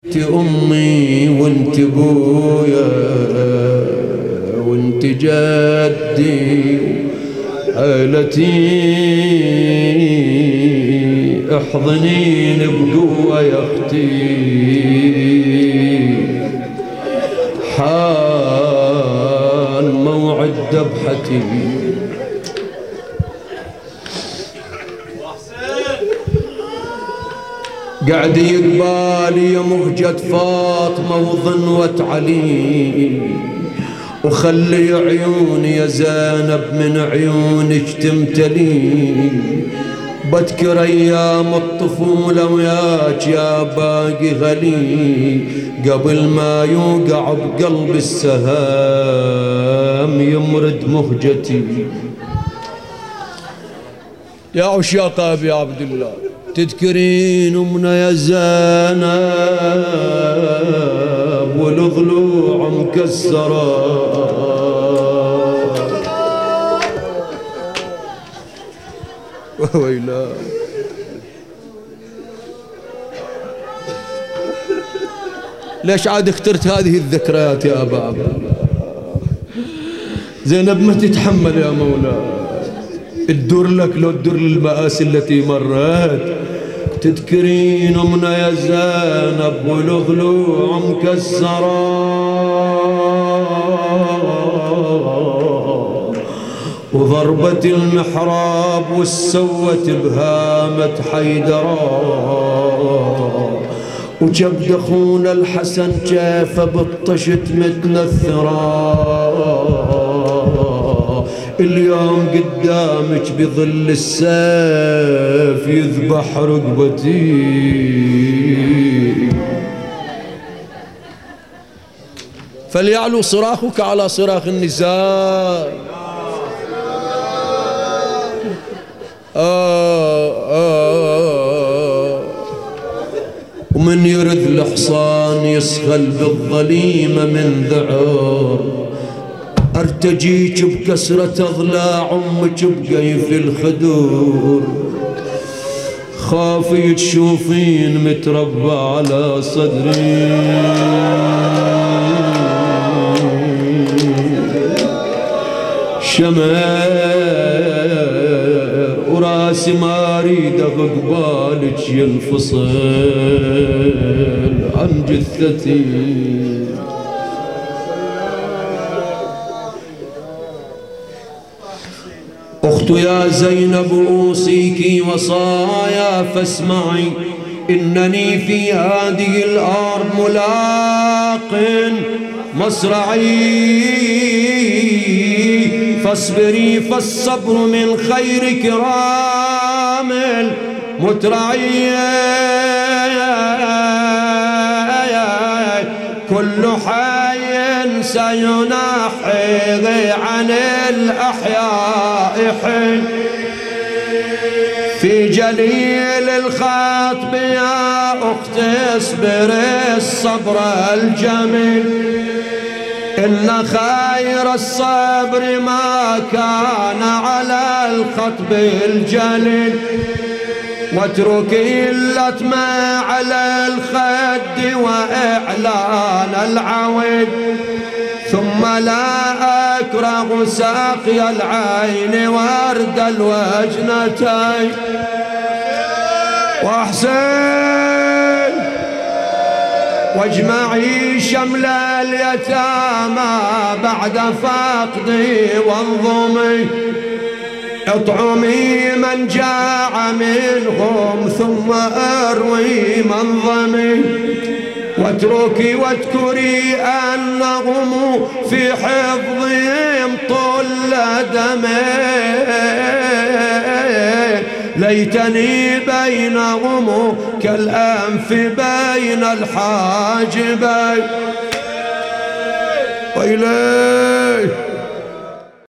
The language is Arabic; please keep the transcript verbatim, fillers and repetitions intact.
انت امي وانت ابويا وانت جدي عيلتي، احضنين بقوه يا اختي، حان موعد ذبحتي. قعد يقبالي يا مهجة فاطمة وظنوة علي، وخلي عيوني يا زينب من عيونك تمتلي، بذكر ايام الطفولة وياك يا باقي غلي، قبل ما يوقع بقلب السهام يمرد مهجتي. يا عشاق ابي عبد الله تذكرين امنا يا زينب والضلوع مكسرة، ويلا ليش عاد اخترت هذه الذكريات يا ابا عبد الله؟ زينب ما تتحمل يا مولاي، تدور لك لو تدور للمآسي التي مرت. تذكرين امنا يا زينب والضلوع مكسرة، وضربة المحراب والسوت بهامة حيدرة، وجبد اخونا الحسن جافة بطشت متنثرة، اليوم قدامك بظل السيف يذبح رقبتي. فليعلو صراخك على صراخ النساء. آه آه ومن يرد الحصان يسخل بالظليمة من ذعر، ارتجيك بكسرة اضلاع امك بقيف الخدور، خافي تشوفين متربى على صدري، شمال وراسي ما اريد قبالك ينفصل عن جثتي. أخت يا زينب أوصيك وصايا فاسمعي، إنني في هذه الأرض ملاق مصرعي، فاصبري فالصبر من خير كرام المترعي، كل حي سينحي عن الأحياء حين، في جليل الخطب يا أختي اصبري الصبر الجميل، إن خير الصبر ما كان على الخطب الجليل، واتركي اللتم على الخد وإعلان العويل، ثم لا أكره ساقي العين ورد الوجنتين. واحسن واجمعي شمل اليتامى بعد فقدي وانظمي، اطعمي من جاع منهم ثم اروي منظمي، واتركي واذكري انهم في حفظهم طل دمي، ليتني بينهم كالانف بين الحاجبين. ويلي